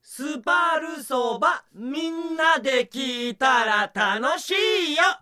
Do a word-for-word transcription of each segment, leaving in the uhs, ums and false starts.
スパルそばみんなで聞いたら楽しいよ。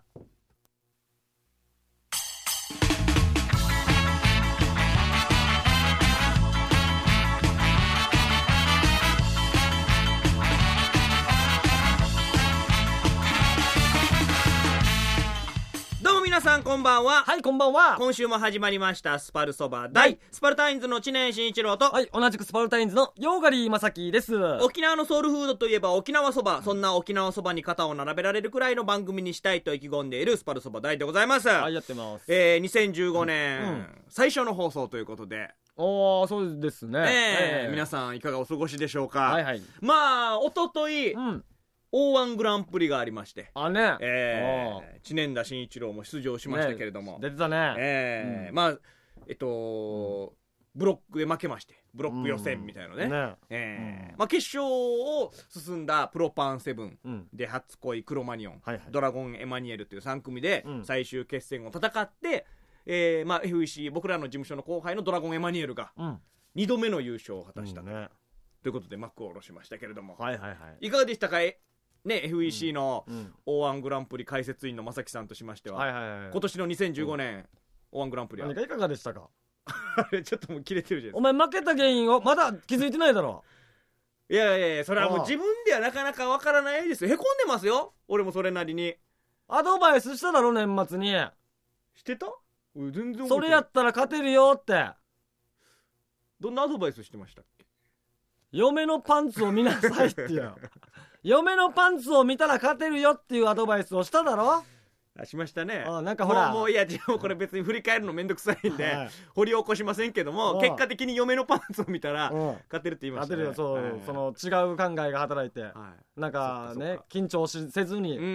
どうも皆さんこんばんは。 はい、こんばんは。 今週も始まりましたスパルそば大、はい、スパルタインズの知念慎一郎と、 はい、同じくスパルタインズのヨーガリーまさきです。 沖縄のソウルフードといえば沖縄そば、そんな沖縄そばに肩を並べられるくらいの番組にしたいと意気込んでいるスパルそば大でございます。 はい、やってます。 えー、にせんじゅうごねん、うん、最初の放送ということで、 おー、そうですね、 えーえー、皆さんいかがお過ごしでしょうか。 はいはい。 まあおととい、うん、オーワン グランプリがありまして、 あね、 えー、知念田慎一郎も出場しましたけれども、 ね、出てたね、 えーうん、まあえっと、うん、ブロックで負けまして、ブロック予選みたいなね、うんね、えーうん、まあ、決勝を進んだプロパンセブンで初恋クロマニオン、はいはい、ドラゴンエマニュエルというさん組で最終決戦を戦って、うん、えーまあ、エフイーシー 僕らの事務所の後輩のドラゴンエマニュエルがにどめの優勝を果たした、うんね、ということで幕を下ろしましたけれども、 はいはいはい、 いかがでしたかね、エフイーシー の オーワン グランプリ解説員の正木さんとしましては、はいはいはい、今年のにせんじゅうごねん、うん、オーワン グランプリは何かいかがでしたか。 あれちょっともう切れてるじゃん。 お前負けた原因をまだ気づいてないだろ。 いやいやいや、それはもう自分ではなかなかわからないですよ。へこんでますよ、俺もそれなりに。 アドバイスしただろ年末に。 してた？全然。 それやったら勝てるよって。 どんなアドバイスしてましたっけ？ 嫁のパンツを見なさいってよ。嫁のパンツを見たら勝てるよっていうアドバイスをしただろ。 あ、しましたね。 あ、なんかほらもう、もういや違う、これ別に振り返るのめんどくさいんで、はい、掘り起こしませんけども、結果的に嫁のパンツを見たら勝てるって言いましたね。 勝てるよ、そう、はい、その違う考えが働いて、はい、なんかね緊張しせずに、うん、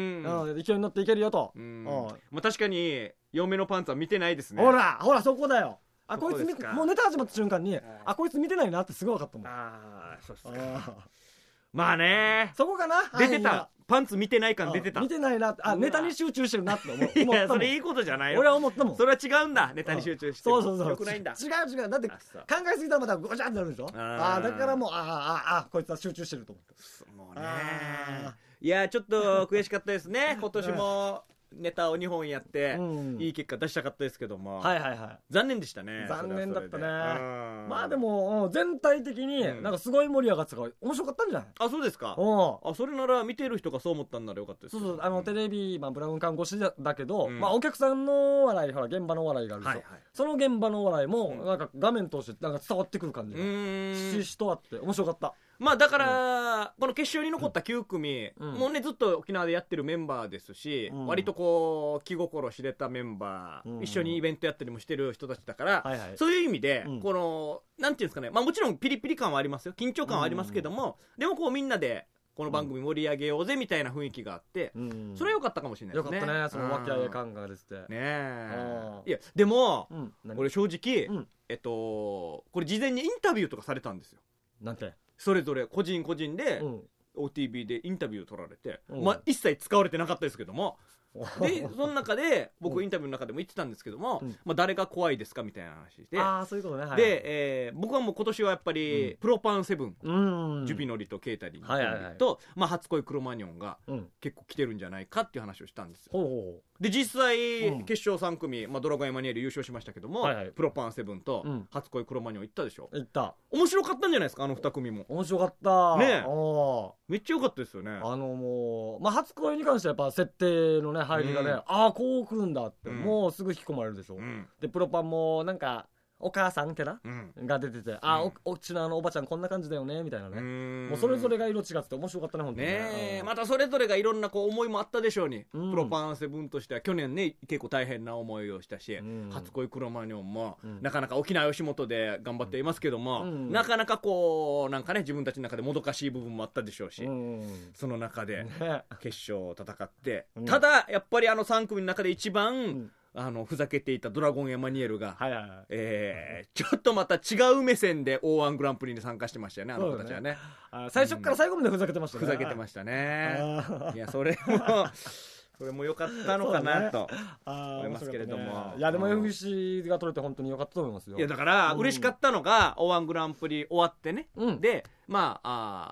勢いに乗っていけるよと。うん、 まあ、確かに嫁のパンツは見てないですね。 ほらほらそこだよ。あ、こいつ見もうネタ始まった瞬間に、あ、こいつ見てないなってすごい分かったもん。 ああ、そうっすか。まあね、 そこかな。 出てた、パンツ見てない感出てた。 見てないなって、あ、ネタに集中してるなって思う。 いや、それいいことじゃないよ。 俺は思ったもん。 それは違うんだ、ネタに集中してる。 そうそうそう、 よくないんだ。 違う違う、だって考えすぎたらまたごちゃってなるでしょ。ああ、だからもう、ああああこいつは集中してると思って。 もうね、いやちょっと悔しかったですね。今年もネタをにほんやって、うん、いい結果出したかったですけども、 はいはいはい、 残念でしたね。 残念だったね。まあでも全体的になんかすごい盛り上がってたから面白かったんじゃない？ あ、そうですか。あ、それなら見てる人がそう思ったんならよかったです。 そうそう、あのテレビ、まあ、ブラウン管越しだけど、うん、まあお客さんの笑い、ほら現場の笑いがあるでしょ、はいはい、その現場の笑いもなんか画面通してなんか伝わってくる感じがひしひしとあって面白かった。まあだから、うん、この決勝に残ったきゅう組、うん、もうねずっと沖縄でやってるメンバーですし、うん、割とこう気心知れたメンバー、うん、一緒にイベントやったりもしてる人たちだから、はいはい、そういう意味で、うん、このなんていうんですかね、まあもちろんピリピリ感はありますよ、緊張感はありますけども、うん、でもこうみんなでこの番組盛り上げようぜみたいな雰囲気があって、うん、それは良かったかもしれないですね。 よかったね、その和気あいあい感が出ててね。 え、いやでも、うん、俺正直、うん、えっとこれ事前にインタビューとかされたんですよ。 なんて？ それぞれ個人個人で、うん、オーティービー でインタビューを取られて、うん、まあ、一切使われてなかったですけどもでその中で僕インタビューの中でも言ってたんですけども、うん、まあ、誰が怖いですかみたいな話で、 あ、そういうことね、はい、 で、えー、僕はもう今年はやっぱり、うん、プロパンセブン、うん、ジュピノリとケータリンと、はいはいはい、まあ、初恋クロマニョンが結構来てるんじゃないかっていう話をしたんですよ、うん、で実際、うん、決勝さん組、まあ、ドラゴンエマニュエル優勝しましたけども、はいはい、プロパンセブンと初恋クロマニョン行ったでしょ。 行った。 面白かったんじゃないですか、あのに組も。 面白かったね。めっちゃ良かったですよね。 あのもう、まあ、初恋に関してはやっぱ設定のね入りがね、うん、ああこう来るんだって、うん、もうすぐ引き込まれるでしょ、うん、でプロパンもなんかお母さんキャラ、うん、が出てて、うん、あ、おおっちのあのおばちゃんこんな感じだよねみたいなね、うもうそれぞれが色違ってて面白かったね本当に ね, ねまたそれぞれがいろんなこう思いもあったでしょうに、うん、プロパンセブンとしては去年ね結構大変な思いをしたし、うん、初恋クロマニョンも、うん、なかなか沖縄吉本で頑張っていますけども、うん、なかなかこうなんかね自分たちの中でもどかしい部分もあったでしょうし、うん、その中で決勝を戦って、ね、ただやっぱりあのさん組の中で一番、うん、あのふざけていたドラゴンエマニュエルが、はいはいはい、えー、ちょっとまた違う目線で オーワン グランプリに参加してましたよね、あの子たちはね。ね、 あ、最初から最後までふざけてましたね。 ふざけてましたね。いやそれもそれも良かったのかなと思いますけれども、ね、 いやでも エフシー が取れて本当に良かったと思いますよ。 いやだから嬉しかったのが、うん、オーワン グランプリ終わってね、うん、でまああ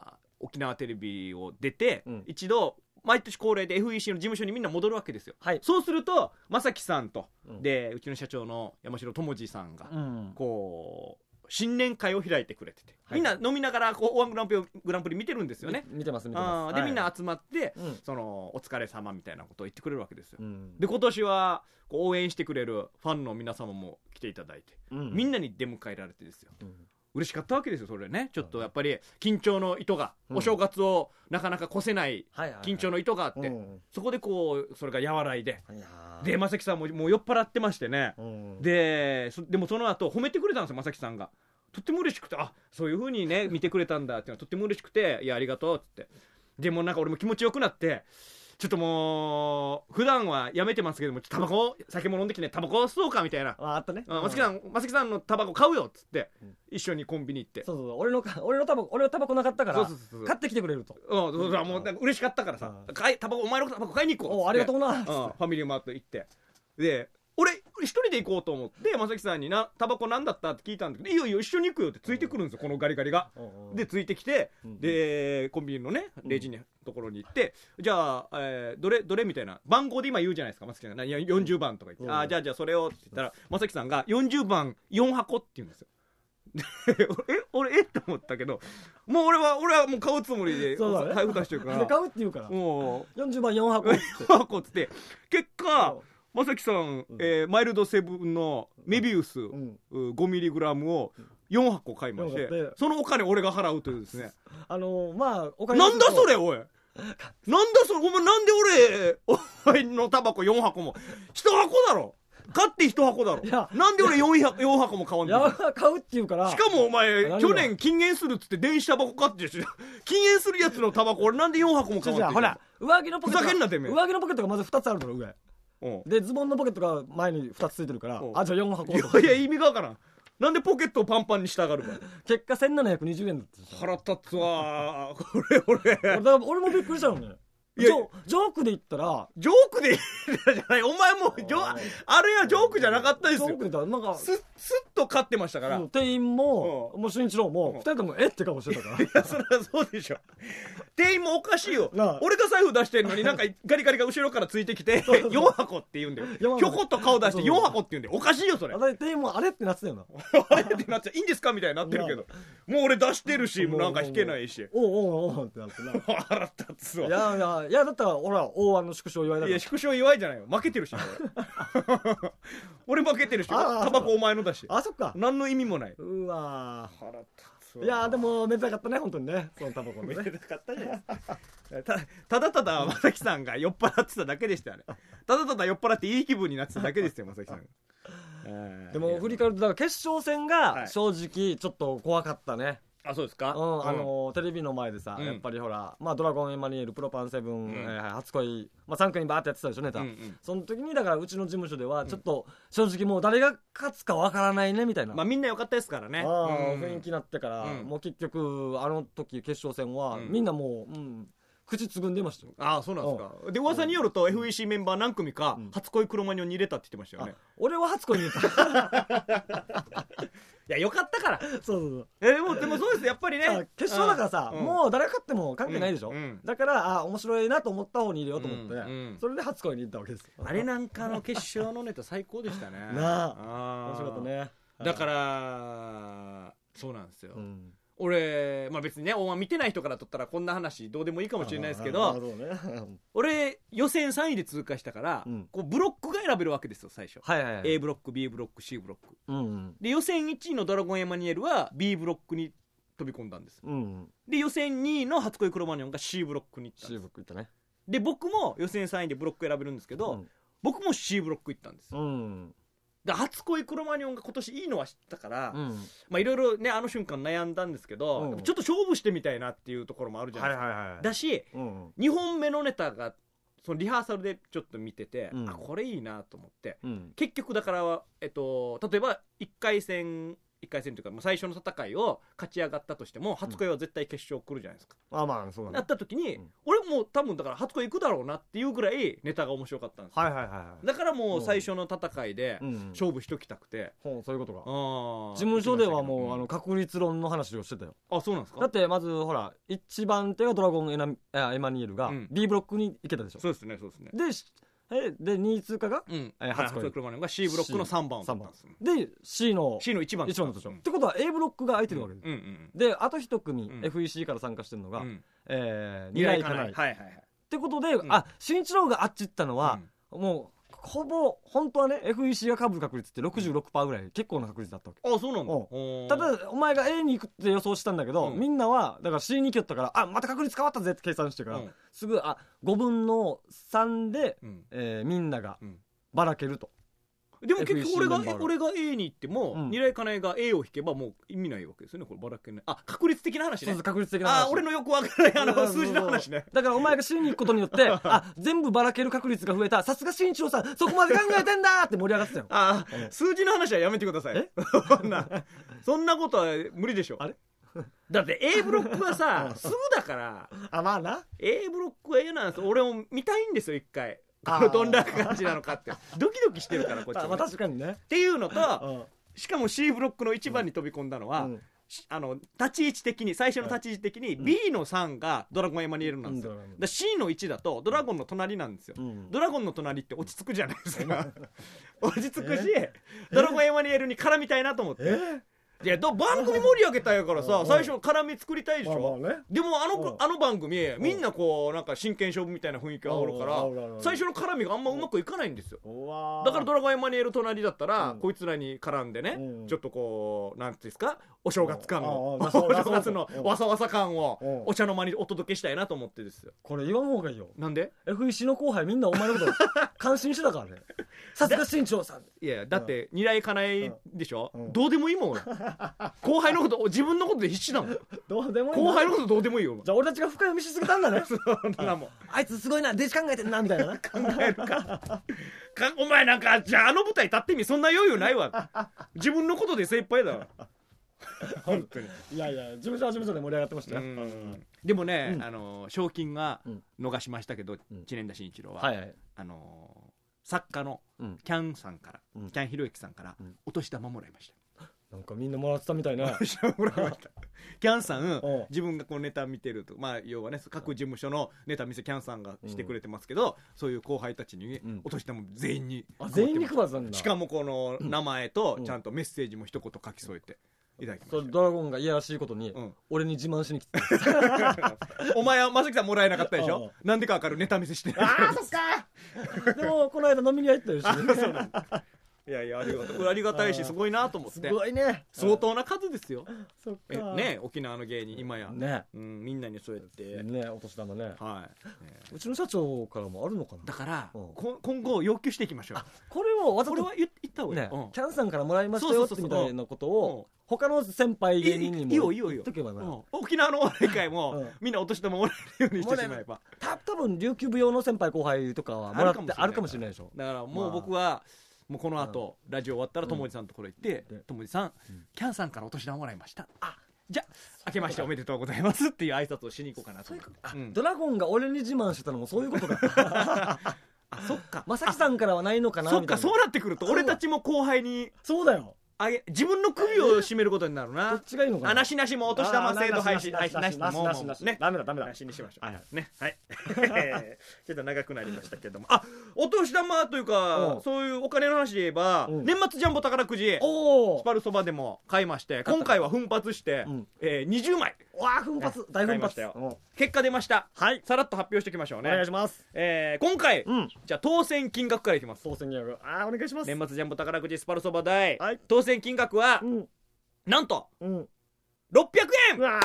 沖縄テレビを出て、 うん、 一度毎年恒例で エフイーシー の事務所にみんな戻るわけですよ、 はい、 そうすると正樹さんと、 うん、 でうちの社長の山城智次さんが、 うん、 こう新年会を開いてくれてて、はい、みんな飲みながらこうオーワングランプリグランプリ見てるんですよね。 見てます見てます。 で、はい、みんな集まって、 うん、 そのお疲れ様みたいなことを言ってくれるわけですよ、 うん、 で今年はこう応援してくれるファンの皆様も来ていただいて、うん、みんなに出迎えられてですよ、うん、嬉しかったわけですよ。それねちょっとやっぱり緊張の糸が、うん、お正月をなかなか越せない緊張の糸があって、はいはいはい、そこでこうそれが和らいで、で正樹さんももう酔っ払ってましてね、うん、で, でもその後褒めてくれたんですよ正樹さんが。とっても嬉しくて、あそういう風にね見てくれたんだっていうのはとっても嬉しくて、いやありがとうって。でもなんか俺も気持ちよくなって、ちょっともう普段はやめてますけども、タバコ酒も飲んできてねタバコ吸おうかみたいな、 ああったね、 まさきさんまさきさんのタバコ買うよっつって、うん、一緒にコンビニ行って、 そうそうそう、俺の俺のタバコ俺のタバコなかったから、そうそうそうそう買ってきてくれると、 うん、そうそうもうなんか嬉しかったからさ、買いタバコお前のタバコ買いに行こうっつって、 おありがとうなっつって、 うん、ファミリーマート行って、で俺一人で行こうと思って正樹さんになタバコなんだったって聞いたんだけど、いいよいいよ一緒に行くよってついてくるんですよ、このガリガリが。でついてきて、でコンビニのねレジのところに行って、じゃあ、えー、どれどれみたいな番号で今言うじゃないですか正樹さんがよんじゅうばんとか言って、あじゃあじゃあそれをって言ったら正樹さんがよんじゅうばんよん箱って言うんですよ。え俺えって思ったけど、もう俺は俺はもう買うつもりで財布出してるから買うって言うから、 もうよんじゅうばんよん箱っつってよん箱っつって結果正樹さん、うんえー、マイルドセブンのメビウス、うん、ごミリグラム をよん箱買いまして、うん、そのお金俺が払うというですね、 あのー、まあお金なんだそれおいなんだそれお前なんで俺お前のタバコよん箱もいち箱だろ、買っていち箱だろ、なんで俺 4, 箱よん箱も買わんの。 買うって言うから、 しかもお前去年禁煙するっつって電子タバコ買ってるし、禁煙するやつのタバコ俺なんでよん箱も買わんの。 ほら上着のポケットふざけんなてめえ、 上着のポケットがまずふたつあるだろ上で、ズボンのポケットが前にふたつついてるから、あじゃあよん箱。いやいや意味がわからん、なんでポケットをパンパンにしたがるか。 結果せんななひゃくにじゅうえんだった。 腹立つわこれ俺俺俺もびっくりしたのね。ジ ョ, ジョークで言ったらジョークで言ったじゃない、お前もジョあれはジョークじゃなかったですよ。ジョークで言ったらなんかススッと勝ってましたから、 店員も、うん、もう俊一郎もふたりともえって顔してたから。 いやそれはそうでしょ、店員もおかしいよ、俺が財布出してるのになんかガリガリが後ろからついてきてよん箱って言うんだよ、ひょこっと顔出してよん箱って言うんだよ、おかしいよそれ。 店員もあれってなってたよなあれってなっちゃいいんですかみたいになってるけど、もう俺出してるしなんか引けないし、 おうおうおうってなってな腹立つわ。 いやいやいやだったらほら大腕の縮小祝いだから。 いや縮小祝いじゃないよ、負けてるし俺俺負けてるし、タバコお前のだし、 あそっか何の意味もない。 うわ腹立つわ。 いやでもめでたかったね本当にね、そのタバコめでたかったじゃないですかた, ただただ正樹さんが酔っ払ってただけでしたよね。ただただ酔っ払っていい気分になってただけですよ正樹さんがでも振り返るとだから決勝戦が正直ちょっと怖かったね。 あそうですか、 うんあのー、テレビの前でさ、うん、やっぱりほら、まあ、ドラゴンエマニュエルプロパンセブン、うんえー、初恋、まあ、さんくにバーってやってたでしょネタ、うんうん、その時にだからうちの事務所ではちょっと正直もう誰が勝つかわからないねみたいな、 まあみんな良かったですからね、あ、 うん、雰囲気になってから、うん、もう結局あの時決勝戦は、うん、みんなもう、うん、口つぐんでましたよ。 ああそうなんですか、うん、で噂によると エフイーシー メンバー何組か、うん、初恋クロマニオンに入れたって言ってましたよね。 俺は初恋に入れたいやよかったからそうそうそうえー、でもでもそうですやっぱりね決勝だからさ、うん、もう誰勝っても関係ないでしょ、うんうん、だからあ面白いなと思った方に入れようと思って、うんうん、それで初恋に入れたわけですよ。 あれなんかの決勝のネタ最高でしたねなああ面白かったね。 だからそうなんですよ、うん俺、まあ、別にね見てない人からとったらこんな話どうでもいいかもしれないですけど、ね、俺予選さんいで通過したから、うん、こうブロックが選べるわけですよ最初、 はいはいはい、 A ブロック B ブロック C ブロック、 うんうん、 で予選いちいのドラゴンエマニュエルは B ブロックに飛び込んだんです、 うんうん、 で予選にいの初恋クロマニオンが C ブロックに行ったんです。 C ブロック行ったね。 で僕も予選さんいでブロック選べるんですけど、うん、僕も C ブロック行ったんです、 うんで初恋クロマニオンが今年いいのは知ったから、うん、まあいろいろねあの瞬間悩んだんですけど、うん、ちょっと勝負してみたいなっていうところもあるじゃないですか、 はいはいはい、 だし、うん、にほんめのネタがそのリハーサルでちょっと見てて、うん、あこれいいなと思って、うん、結局だから、えっと、例えばいっかい戦いっかい戦というか、まあ、最初の戦いを勝ち上がったとしても初恋は絶対決勝来るじゃないですか、 うん、あまあそうだね。 なった時に、 うん、 俺もう多分だから初恋行くだろうなっていうぐらいネタが面白かったんですよ、 はいはいはい、 だからもう最初の戦いで勝負しときたくて、 うんうん、そういうことか。 あ事務所ではもう、うん、あの確率論の話をしてたよ。 あ、そうなんですか。 だってまずほら一番手がドラゴンエナエマニエルが B ブロックに行けたでしょ、 うん、そうですねそうですね。 でえでにい通過が、 うんえー、初恋、 はい、が C ブロックのさんばんをさんばんで C の C のいちばんいちばんでしょ、うん、ってことは A ブロックが空いてるわけです、 うんうんうん、であと一組、うん、エフイーシー から参加してるのが、うんえー、未来かない、はいはいはい、ってことで、うん、あ新一郎があっち行ったのは、うん、もうほぼ本当はね エフイーシー が被る確率って ろくじゅうろくパーセント ぐらい結構な確率だったわけ。 あ、そうなんだ。 ただお前が A に行くって予想したんだけど、うん、みんなはだから C に行きよったからあまた確率変わったぜって計算してから、うん、すぐあごぶんのさんで、うんえー、みんながばらけると。 でも結局俺が俺が A に行っても、うん、二来かなえが A を引けばもう意味ないわけですよね。こればらけない。あ、確率的な話ね。 そうそう確率的な話。 あ、俺のよくわからないあの数字の話ね。 だからお前が C に行くことによってあ全部ばらける確率が増えた。さすが新一郎さんそこまで考えてんだって盛り上がってたよ。 あ、うん、数字の話はやめてください。えそんなそんなことは無理でしょ。あれだって A ブロックはさすぐだから。 あまあな。 A ブロックは嫌なんです。俺も見たいんですよ一回。どんな感じなのかってドキドキしてるからこっちは、ね、 まあ確かにねっていうのと、うん、しかも C ブロックのいちばんに飛び込んだのは、うん、あの立ち位置的に最初の立ち位置的に B のさんがドラゴンエマニュエルなんですよ、うん、だ C のいちだとドラゴンの隣なんですよ、うん、ドラゴンの隣って落ち着くじゃないですか落ち着くしドラゴンエマニュエルに絡みたいなと思っていや番組盛り上げたいやからさ最初絡み作りたいでしょ、まあまあね、でもあのあの番組みんなこうなんか真剣勝負みたいな雰囲気があるから最初の絡みがあんまうまくいかないんですよ。だからドラゴンエマニュエル隣だったらこいつらに絡んでねちょっとこうなんていうんですかお正月感をお正月のわさわさ感をお茶の間にお届けしたいなと思ってですよ。 これ言わん方がいいよ。なんで エフイーシー の後輩みんなお前のこと感心してたからねさすが新潮さん。 いやだって二来かなえでしょ、うん、どうでもいいもん後輩のこと自分のことで必死だもんどうでもいい後輩のことどうでもいいよ。 じゃあ俺たちが深読みしすぎたんだねそんなもんあいつすごいな弟子考えてんなみたいな考えるかかお前なんかじゃああの舞台立ってみそんな余裕ないわ自分のことで精一杯だわ本当にいやいや事務所は事務所で盛り上がってましたよ。 でもね、うん、あの賞金が逃しましたけど、うん、知念田真一郎は、はいはい、あの作家のキャンさんから、うん、キャンひろゆきさんから、うん、お年玉もらいました。 なんかみんなもらってたみたいなもらいましたキャンさん自分がこうネタ見てるとまあ要はね各事務所のネタ見せキャンさんがしてくれてますけど、うん、そういう後輩たちに、うん、お年玉全員にあ全員に配ったんだ。 しかもこの名前とちゃんとメッセージも一言書き添えていただきました。 それドラゴンがいやらしいことに、うん、俺に自慢しに来てお前はまさきさんもらえなかったでしょなんでか分かるネタ見せしてああそっかでもこの間飲みに入ったよしそうなんいやいやありがたいありがたいしすごいなと思ってすごいね相当な数ですよそっかね沖縄の芸人今やね、 うん、みんなにそうやってねお年玉ねはい、 ね、うちの社長からもあるのかな。 だから、うん、こ今後要求していきましょう。 これをわざとこれは言った方がいい、 ねうん、キャンさんからもらいましたよってみたいなことを他の先輩芸人にもいいよいいよいいよ、うん、沖縄のお笑い界も、うん、みんなお年玉もらえるようにしてしまえばた多分琉球舞踊の先輩後輩とかはもらってあるかもしれないでしょ。 だからもう僕は、まあもうこの後、うん、ラジオ終わったらともじさんのところ行ってともじさん、うん、キャンさんからお年玉もらいました。あじゃあ明けましておめでとうございますっていう挨拶をしに行こうかなと。そういうこと、うん、 ドラゴンが俺に自慢してたのもそういうことだあそっかまさきさんからはないのかなみたいな。 そっかそうなってくると俺たちも後輩にそうだよあげ自分の首を絞めることになるな。 どっちがいいのかな。 あなしなしもお年玉制度廃止なしなしなしもうねダメだダメだなしにしましょう。はいねはいちょっと長くなりましたけどもあお年玉というかそういうお金の話で言えば年末ジャンボ宝くじスパルそばでも買いまして今回は奮発してにじゅうまいわあ奮発大奮発結果出ました。 はいさらっと発表しておきましょうね。 お願いします。 今回じゃあ当選金額からいきます。 当選金額あお願いします。 年末ジャンボ宝くじスパルそば大当選金額は、うん、なんと、うん、ろっぴゃくえん。うわ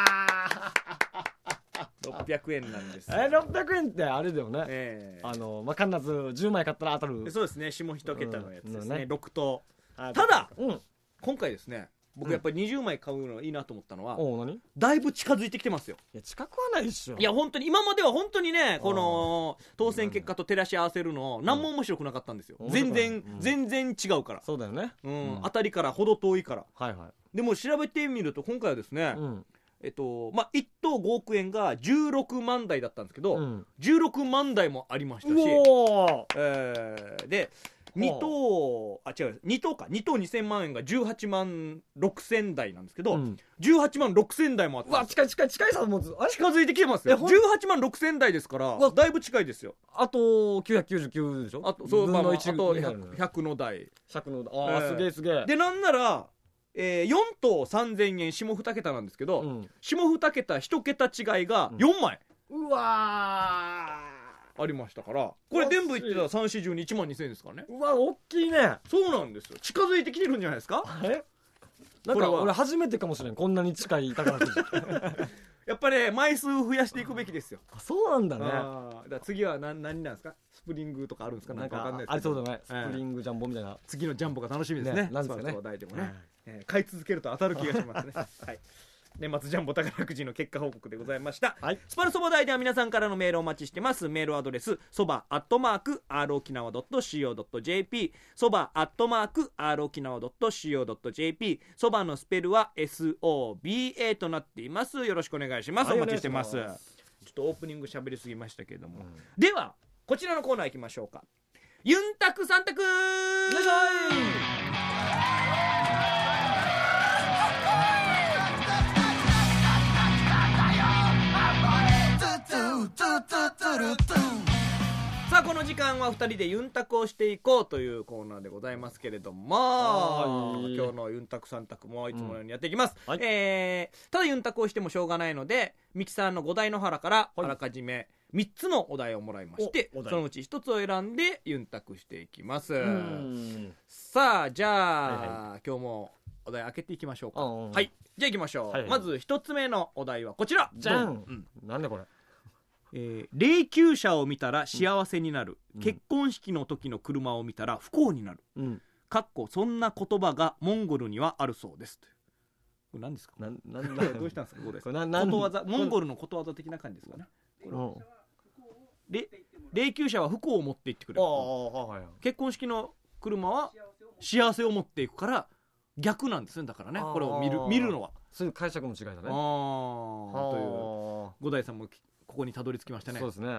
ろっぴゃくえんなんですよ。 えろっぴゃくえんってあれだよね、えー、あのまあ必ずじゅうまい買ったら当たる。 そうですね下一桁のやつですね、うん、ねろく等ただ、うん、今回ですね僕やっぱりにじゅうまい買うのいいなと思ったのは、 お何だいぶ近づいてきてますよ。 いや近くはないっしょ。 いや本当に今までは本当にねこの当選結果と照らし合わせるの何も面白くなかったんですよ、 うん全然、 うん全然違うから、 そうだよね。 うんうん当たりからほど遠いから。 はいはい。 でも調べてみると今回はですね、 うんえっとまあいっ等ごおくえんがじゅうろくまんだいだったんですけど、 うん、 じゅうろくまんだいもありましたし、 おえー、でに等あ違うに等かに等にせんまんえんがじゅうはちまんろくせんだいなんですけど、うん、じゅうはちまんろくせんだいもあった。 うわ近い近い近いさもうあれ近づいてきてますよ。じゅうはちまんろくせんだいですからだいぶ近いですよ。 あときゅうひゃくきゅうじゅうきゅうでしょ。 あとそうまあ、まあ、あとひゃくの台ひゃくの台ああ、えー、すげえすげえ。 でなんならえー、よん等さんぜんえん下に桁なんですけど、うん、下に桁いち桁違いがよんまい、 うん、うわーありましたから、これ全部いってたらさん、よん、じゅうに、いちまんにせんえんですからね。 うわ大きいね。 そうなんですよ。近づいてきてるんじゃないですか。 えなんか俺初めてかもしれんこんなに近い宝くじやっぱり、ね、枚数増やしていくべきですよ。 あそうなんだね。 あだ次は何何なんですか。スプリングとかあるんですか。なんかわかんないですけど。 ありそうだね。スプリングジャンボみたいな、えー、 次のジャンボが楽しみですね。 なんですかね。 スパルタ話題でもね、えー、買い続けると当たる気がしますね。はい。年末ジャンボ宝くじの結果報告でございました、はい、スパルそば台では皆さんからのメールをお待ちしてます。メールアドレスそばアットマーク アールオキナワドットシーオードットジェーピー そばアットマーク アールオキナワドットシーオードットジェーピー そばのスペルは エスオービーエー となっています。よろしくお願いします。お待ちしてます。ちょっとオープニング喋りすぎましたけれども、うん、ではこちらのコーナー行きましょうか。ユンタクさん択。よいしょー。さあこの時間はふたりでユンタクをしていこうというコーナーでございますけれども、今日のユンタクさん択もいつものようにやっていきます、うんはい、えー、ただユンタクをしてもしょうがないのでミキさんのごだいの原からあらかじめみっつのお題をもらいまして、そのうちひとつを選んでユンタクしていきます。さあじゃあ、はいはい、今日もお題開けていきましょうか。はい、じゃあいきましょう、はいはい、まずひとつめのお題はこちらじゃん、うん、なんでこれ、 えー、霊柩車を見たら幸せになる、うん、結婚式の時の車を見たら不幸になる、うん、かっこそんな言葉がモンゴルにはあるそうです。これ何ですか。なななどうしたんですか。これことわざ、モンゴルのことわざ的な感じですかね。霊柩車は不幸を持っていってくれる、はい、結婚式の車は幸せを持っていくから逆なんですね。だからねこれを見る見るのはそういう解釈の違いだね。あという五代さんもここにたどり着きましたね。 そうですね、 うん、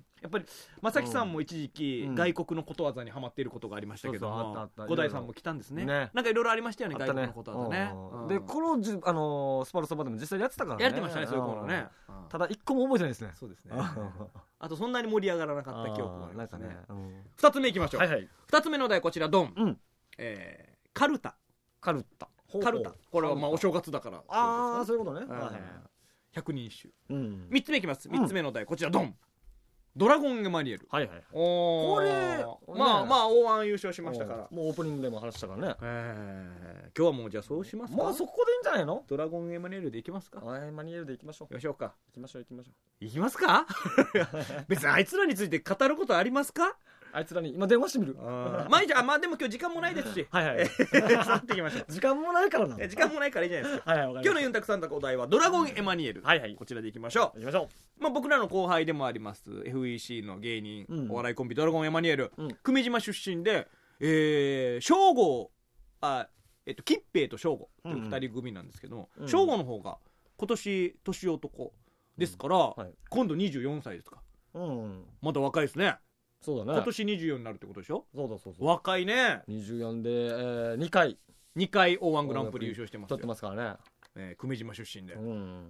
やっぱり正樹さんも一時期、うん、外国のことわざにはまっていることがありましたけども、五代さんも来たんですね。ね、なんかいろいろありましたよね、外国のことわざね。 うん、でこのじ、あのー、スパルそばでも実際やってたからね。 やってましたね、そういうことね。 ただ一個も覚えてないですね。 そうですね。あとそんなに盛り上がらなかった記憶がありますね。 ね、うん、 ふたつめいきましょう。はいはい、ふたつめのお題こちらドン、うん、えー、カルタ。 カルタカルタ、これはまあお正月だから。 ああそういうことね。 ひゃくにん一首、うん、みっつめいきます。みっつめのお題こちらドン、ドラゴンエマニュエル。はいはい、おこれまあまあ オーワン 優勝しましたから、 もうオープニングでも話したからね、 えー、今日はもうじゃあそうしますか。 まあそこでいいんじゃないの。 ドラゴンエマニュエルでいきますか。 エマニュエルでいきましょう。 よしょうか。 いきましょう行きましょう。 いきますか別にあいつらについて語ることありますか。 あいつらに今電話してみる。 あまあじゃあまあでも今日時間もないですしはいはいさっていきましょう。 時間もないからな。 時間もないからいいじゃないですか。はいはい、今日のユンタクさん択お題はドラゴンエマニュエル、はいはい、こちらでいきましょう。 いきましょう。まあ僕らの後輩でもあります エフイーシー の芸人、うん、お笑いコンビドラゴンエマニュエル、うん、久米島出身で、えー、正吾あえっと吉平と正吾というふたり組なんですけども、うん、正吾の方が今年年男ですから、うんはい、今度にじゅうよんさいですか、うん、まだ若いですね。 そうだね。 今年にじゅうよんになるってことでしょ。 そうだそうそう。 若いね。 にじゅうよんで、えー、にかいにかい オーワン グランプリ優勝してますよ。 取ってますからね。 えー、久米島出身で、うん、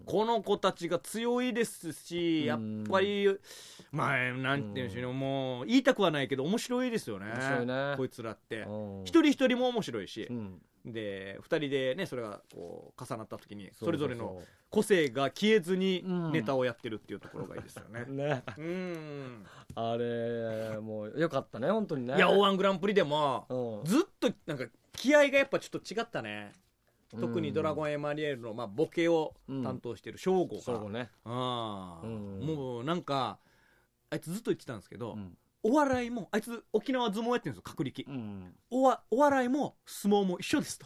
この子たちが強いですし、やっぱりまあなんていうんでしょうね、もう言いたくはないけど面白いですよね。面白いねこいつらって。一人一人も面白いし、うん、でふたりでねそれがこう重なった時にそれぞれの個性が消えずにネタをやってるっていうところがいいですよね。うん、ねうんあれもうよかったね本当にね。 いや オーワン グランプリでもずっとなんか気合がやっぱちょっと違ったね。特にドラゴンエマニュエルの、まあ、ボケを担当してる正吾が、 正吾ね、 あ、うん、もうなんかあいつずっと言ってたんですけど、うん、お笑いもあいつ沖縄相撲やってるんですよ確力、うん、お, わお笑いも相撲も一緒ですと。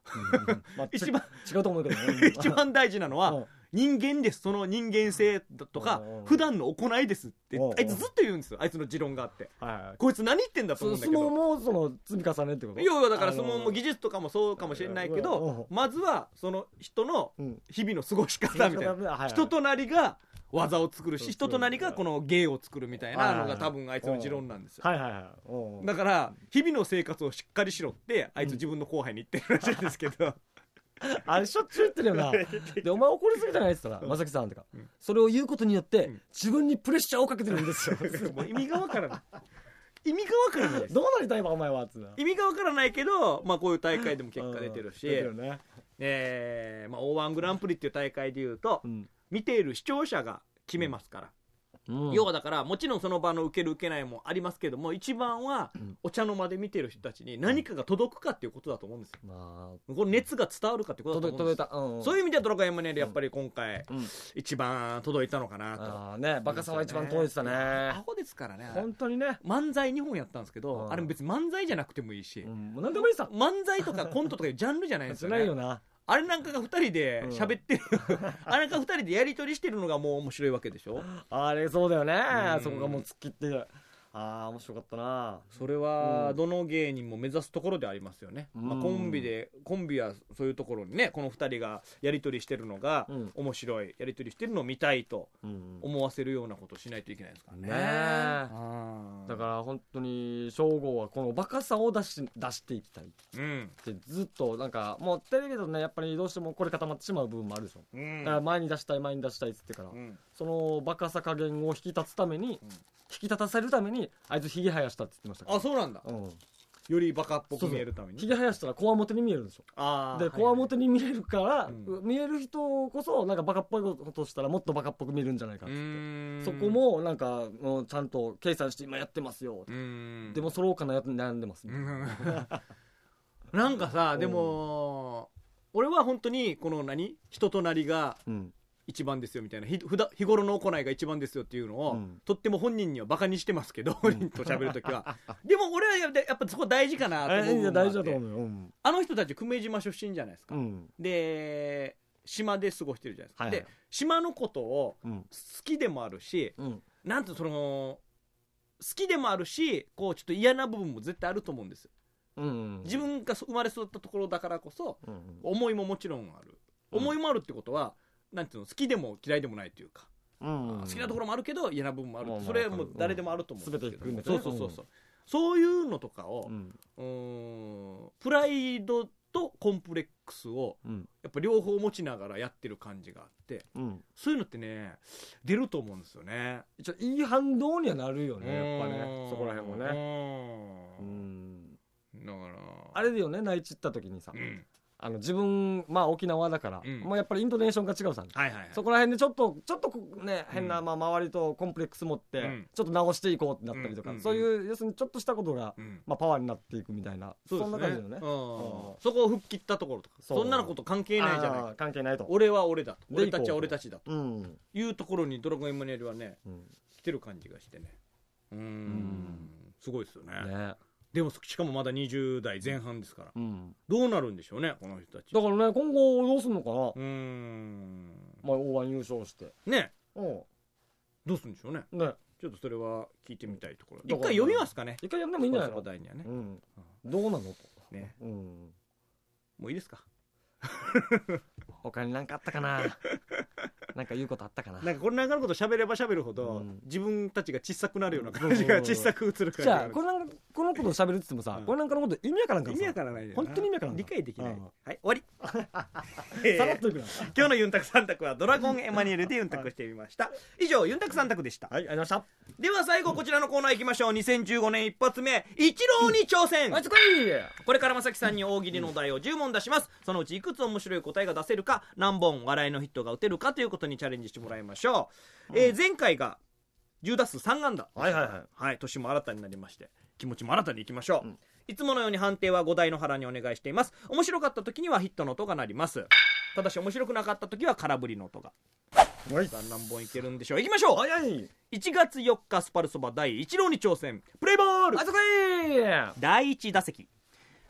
まあ、 一番違うと思うけどね一番大事なのは、 うん人間です、その人間性とかうん普段の行いですってうんあいつずっと言うんですよ。あいつの持論があって、 はいはい、 こいつ何言ってんだと思うんだけど、 相撲もその積み重ねってこと。 いやいやだからあのー相撲も技術とかもそうかもしれないけうんど、まずはその人のうん日々の過ごし方みたいはいはない人となりが技を作るそうし、人となりがこの芸を作るみたいなのが多分あいつの持論なんですよ。 はいはいはいうん。 だから日々の生活をしっかりしろってあいつ自分の後輩に言ってるらしいんですけど、 あれしょっちゅう言ってるよな。でお前怒りすぎじゃないですか、まさきさんとか、 うんそれを言うことによって、 ん自分にプレッシャーをかけてるんですよ。 もう意味がわからない意味がわからないですどうなりたいわお前はっつうな。 意味がわからないけど、まあ、こういう大会でも結果出てるし、 出てるね。 えーまあ、オーワングランプリっていう大会でいうと、 うん見ている視聴者が決めますから、 うん要はだからもちろんその場の受ける受けないもありますけども、一番はんお茶の間で見てる人たちに何かが届くかっていうことだと思うんですよ。 まこの熱が伝わるかってことあだと思うんですよ。 届いた、うん、 そういう意味ではドラゴンエムネルやっぱり今回うん、 一番届いたのかなと。 ああね、バカさんは一番遠いてたね。 アホですからね。 本当にね、 漫才にほんやったんですけど、 うんあれ別に漫才じゃなくてもいいし、 うん、もう何でもいいさ。 漫才とかコントとかいうジャンルじゃないんですじゃよね。 ないよな。 あれなんかがふたりで喋ってる、あれなんかふたりでやり取りしてるのがもう面白いわけでしょ。 あれそうだよねう。んそこがもう突っ切って、ああ面白かったな。 それはどの芸人も目指すところでありますよね、 うんまあ、コンビでコンビはそういうところにね、このふたりがやり取りしてるのがうん面白い、やり取りしてるのを見たいとうん思わせるようなことをしないといけないですからね。 ねえあーだから本当に正吾はこのバカさを出し出していきたいっうんてずっとなんかもうテレビだとねやっぱりどうしてもこれ固まってしまう部分もあるでしょ。 うんだから前に出したい前に出したいっつってから、 うんそのバカさ加減を引き立つために、引き立たせるためにあいつひげ生やしたって言ってましたから。 あ、そうなんだ。 うん、 よりバカっぽく見えるために。 ひげ生やしたらこわもてに見えるんですよ。であーこわもてに見えるから、 うん見える人こそなんかバカっぽいことをしたらもっとバカっぽく見えるんじゃないかっつうって、 ーんそこもなんかもうちゃんと計算して今やってますよ、 うーんでも揃うかな悩んでます、 うんなんかさ、でも俺は本当にこの何人となりがうん一番ですよみたいな、ひふだ日頃の行いが一番ですよっていうのを、 うんとっても本人にはバカにしてますけど、本人と喋るときはでも俺はやっぱやっぱそこ大事かなと思うえいや部分があって。 大事だと思うよ、うんあの人たち久米島出身じゃないですか、 うんで島で過ごしてるじゃないですか、 はいはいで島のことをうん好きでもあるし、 うんなんていうのその好きでもあるし、こうちょっと嫌な部分も絶対あると思うんですよ。 うん自分が生まれ育ったところだからこそうん思いももちろんある、 うん思いもあるってことはなんていうの、好きでも嫌いでもないというか、 うん好きなところもあるけど嫌な部分もある、 まあまあそれはもう誰でもあると思うんですけど、 うん全て含めてねそうそうそうそう、そういうのとかを、 うんうーんプライドとコンプレックスをうんやっぱ両方持ちながらやってる感じがあって、 うんそういうのってね出ると思うんですよね。 一応いい反動にはなるよねやっぱね、そこら辺もね。 ねうんだからあれだよね、内地行った時にさ、 うんあの自分まあ沖縄だから、 うんもうやっぱりイントネーションが違うさ、 はいはいはい、 そこら辺でちょっとちょっとこね変な、 うんまあ周りとコンプレックス持って、 うんちょっと直していこうってなったりとか、 うんそういう要するにちょっとしたことが、 うんまあ、パワーになっていくみたいな、そんな感じだよね。 うんうんそこを吹っ切ったところとか、 そうそんなのこと関係ないじゃないあー関係ないと。 俺は俺だと、 で俺たちは俺たちだとうんいうところにドラゴンエムネルはねうん来てる感じがしてね、うーんんすごいですよね。 ねでもしかもまだにじゅう代前半ですから、 うん、 どうなるんでしょうねこの人たち。 だからね今後どうすんのかな、 うーんまあ、オーワン優勝して、 ねうんどうするんでしょうね。 ね、 ちょっとそれは聞いてみたいところ、 だから一回読みますかね。 一回やんでもいいんじゃないスの、 ポーツ話題にはね、 うん、どうなのと、 ねうん、 もういいですか。 他に何かあったかななんか言うことあったかな。 なんかこれなんかのこと喋れば喋るほど、 うん自分たちが小さくなるような感じが小さく映る感じじゃあがある。 これなんかこのことを喋るって言ってもさ、 うんこれなんかのこと意味わからんからさ、 意味わからないよな本当に意味わからん理解できない、 うんはい終わりさらっといくな。 今日のユンタク三択はドラゴンエマニュエルでユンタクしてみました。以上ユンタク三択でした。 はい、ありがとうございまでは最後こちらのコーナー行きましょう。にせんじゅうごねん一発目、イチローに挑戦。 した。はい、つこい。 これからまさきさんに大喜利のお題をじゅう問出します。そのうちいくつ面白い答えが出せるか、何本笑いのヒットが打てるかということにチャレンジしてもらいましょう、えー前回がじゅう打数さん安打、 はいはいはい。 はい、年も新たになりまして気持ちも新たにいきましょう、 うんいつものように判定はご台の原にお願いしています。面白かった時にはヒットの音が鳴ります。ただし面白くなかった時は空振りの音が。 はいさあ何本いけるんでしょう。いきましょう。 早い。 いちがつよっかスパルそば第一郎に挑戦。プレイボール。 あそこい。 第一打席、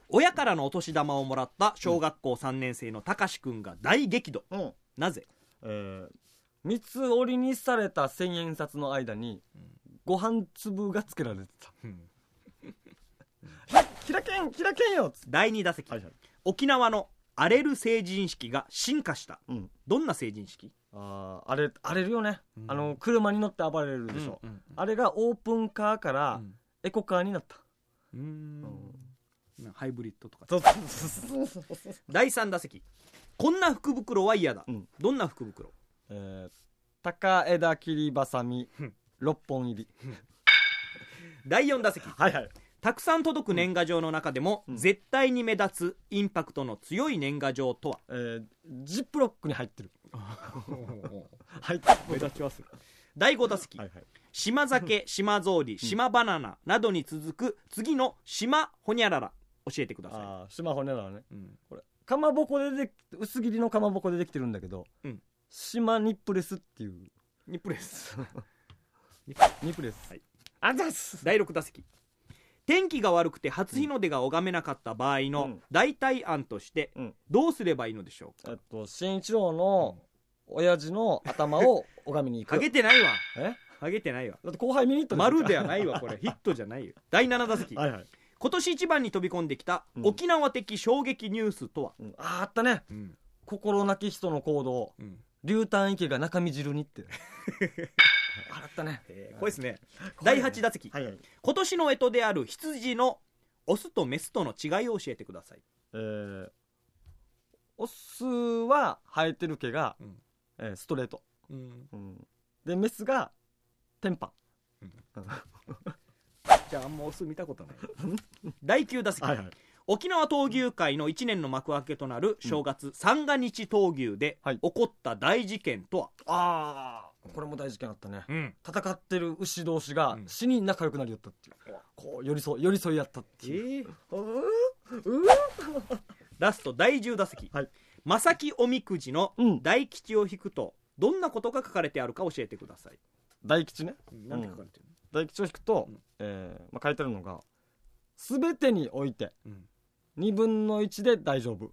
親からのお年玉をもらった小学校さんねん生のたかしくんが大激怒、うん、なぜ？ えー、三つ折りにされた千円札の間にご飯粒がつけられてた、うん、開けん開けんよ。 だいに打席、はいはい、沖縄の荒れる成人式が進化した、うん、どんな成人式？ ああれ荒れるよね、うん、あの車に乗って暴れるでしょ、うんうんうん、あれがオープンカーからエコカーになった、うん、 うん、ハイブリッドとかだいさん打席、こんな福袋は嫌だ、うん、どんな福袋？ えー、高枝切りばさみろっぽん入りだいよん打席、 はいはい、 たくさん届く年賀状の中でも、うん、絶対に目立つインパクトの強い年賀状とは？ えー、ジップロックに入ってる入ってる目立ちまする。だいご打席、はいはい、島酒、島草履、島バナナなどに続く次の島ホニャララ教えてください。 あ、島ホニャララね、うん、これかまぼこでで薄切りのかまぼこでできてるんだけど、うん、島ニップレスっていう。 ニップレスニップレス、はい、 あざっす。だいろく打席、天気が悪くて初日の出が拝めなかった場合の代替案としてどうすればいいのでしょうか？ えっと慎一郎の親父の頭を拝みに行く。 かげてないわ。え？かげてないわ。 だって後輩見に行った丸ではないわこれヒットじゃないよ。だいなな打席、はいはい、今年一番に飛び込んできた沖縄的衝撃ニュースとは？ うん、あ, あったね、うん、心なき人の行動、うん、竜丹池が中身汁にってあったね、 えー、これですね。だいはち打席、はいはい、今年の干支である羊のオスとメスとの違いを教えてください。 えー、オスは生えてる毛が、うん、えー、ストレート、うんうん、でメスがテンパ、うん、 じゃああんまオス見たことないだいきゅう打席、はいはい、沖縄闘牛界のいちねんの幕開けとなる正月、うん、三が日闘牛で起こった大事件とは？ ああ、これも大事件あったね、うん、戦ってる牛同士が死に仲良くなりよったっていう、うん、こう寄り添い寄り添いやったっていう、えー、ううラストだいじゅう打席、はい、正木おみくじの大吉を引くとどんなことが書かれてあるか教えてください。 大吉ね、 何て書かれてるの？ 大吉を引くと、うんえーまあ、書いてあるのが全てにおいて、うん、にぶんのいちで大丈夫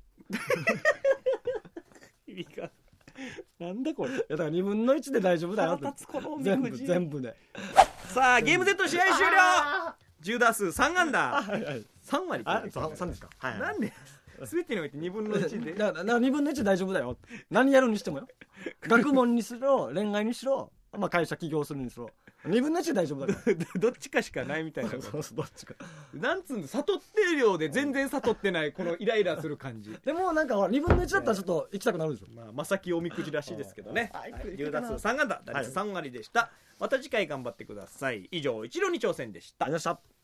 意味がなんだこれ。いやだからにぶんのいちで大丈夫だよって全部全部でさあゲームセット試合終了じゅう打数さん安打、はいはい、さん割あさんですか、はいはい、 なんで全てにおいてにぶんのいちでだからにぶんのいちで大丈夫だよ。何やるにしてもよ学問にしろ恋愛にしろ、まあ、会社起業するにしろにぶんのいちで大丈夫だからどっちかしかないみたいなそうそうどっちかなんつうんだ、悟ってるようで全然悟ってないこのイライラする感じでもなんかほらにぶんのいちだったらちょっと行きたくなるでしょ、 まあ、まさきおみくじらしいですけどね、はい、じゅう打数さん安打打率さん割でした、はい、また次回頑張ってください。以上一郎に挑戦でした。 ありがとうございました。